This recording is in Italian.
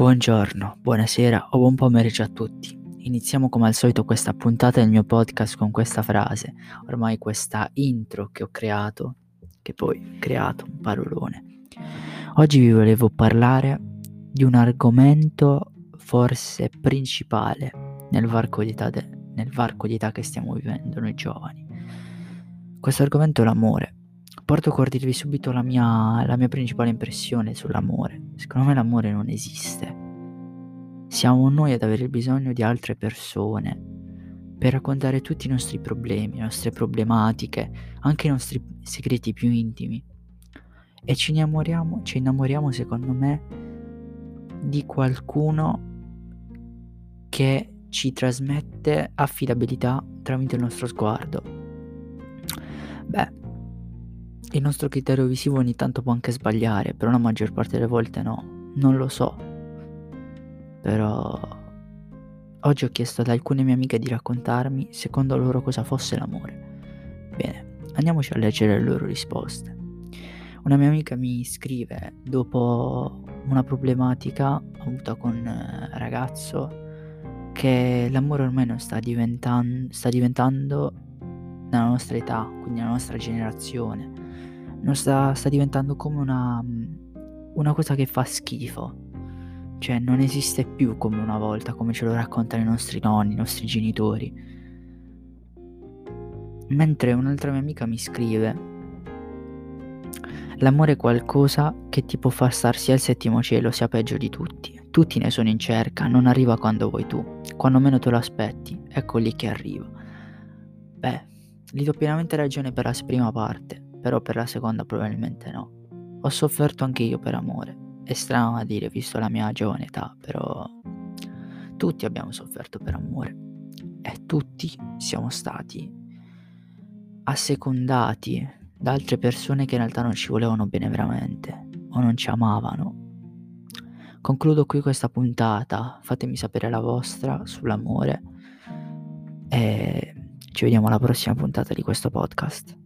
Buongiorno, buonasera o buon pomeriggio a tutti. Iniziamo come al solito questa puntata del mio podcast con questa frase, ormai questa intro che ho creato, che poi ho creato un parolone. Oggi vi volevo parlare di un argomento forse principale nel varco di età che stiamo vivendo noi giovani. Questo argomento è l'amore. Porto a dirvi subito la mia principale impressione sull'amore. Secondo me l'amore non esiste. Siamo noi ad avere bisogno di altre persone per raccontare tutti i nostri problemi, le nostre problematiche, anche i nostri segreti più intimi. E ci innamoriamo secondo me di qualcuno che ci trasmette affidabilità tramite il nostro sguardo. Beh, il nostro criterio visivo ogni tanto può anche sbagliare, però la maggior parte delle volte no, non lo so. Però oggi ho chiesto ad alcune mie amiche di raccontarmi secondo loro cosa fosse l'amore. Bene, andiamoci a leggere le loro risposte. Una mia amica mi scrive dopo una problematica avuta con un ragazzo che l'amore ormai non sta diventando nella nostra età, quindi nella nostra generazione. Non sta diventando come una cosa che fa schifo. Cioè non esiste più come una volta, come ce lo raccontano i nostri nonni, i nostri genitori. Mentre un'altra mia amica mi scrive: l'amore è qualcosa che ti può far star sia al settimo cielo sia peggio di tutti. Tutti ne sono in cerca, non arriva quando vuoi tu. Quando meno te lo aspetti, ecco lì che arriva. Beh, gli do pienamente ragione per la prima parte, però per la seconda probabilmente no. Ho sofferto anche io per amore. È strano a dire visto la mia giovane età, però tutti abbiamo sofferto per amore e tutti siamo stati assecondati da altre persone che in realtà non ci volevano bene veramente o non ci amavano. Concludo qui questa puntata, fatemi sapere la vostra sull'amore e ci vediamo alla prossima puntata di questo podcast.